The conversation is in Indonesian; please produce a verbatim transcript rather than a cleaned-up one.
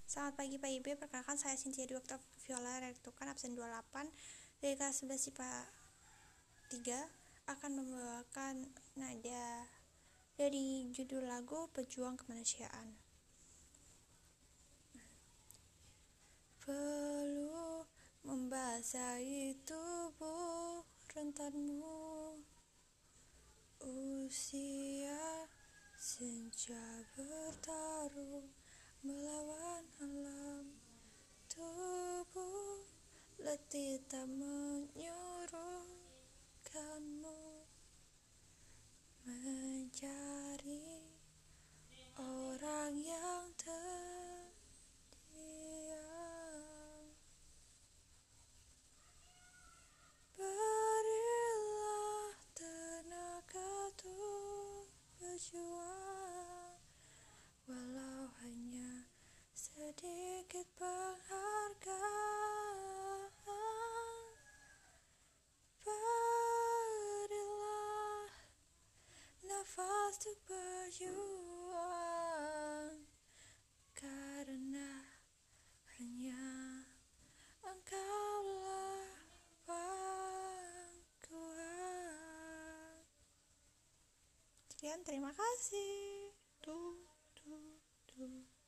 Selamat pagi Pak Ibe, perkenalkan saya Cynthia Dwi Viola Rektukan absen dua puluh delapan dari kelas sebelas I P A tiga akan membawakan nada dari judul lagu Pejuang Kemanusiaan. Perlu membasahi tubuh rentanmu, usia senja bertarung melawan alam. Tubuh letih tak menyuruhkanmu mencari orang yang terdiam. Berilah tenaga untuk berjuang, walau hanya sedikit penghargaan. Berilah nafas untuk berjuang, karena hanya Engkaulah pangkuan. Sekian, terima kasih. Tuh, tuh, tuh.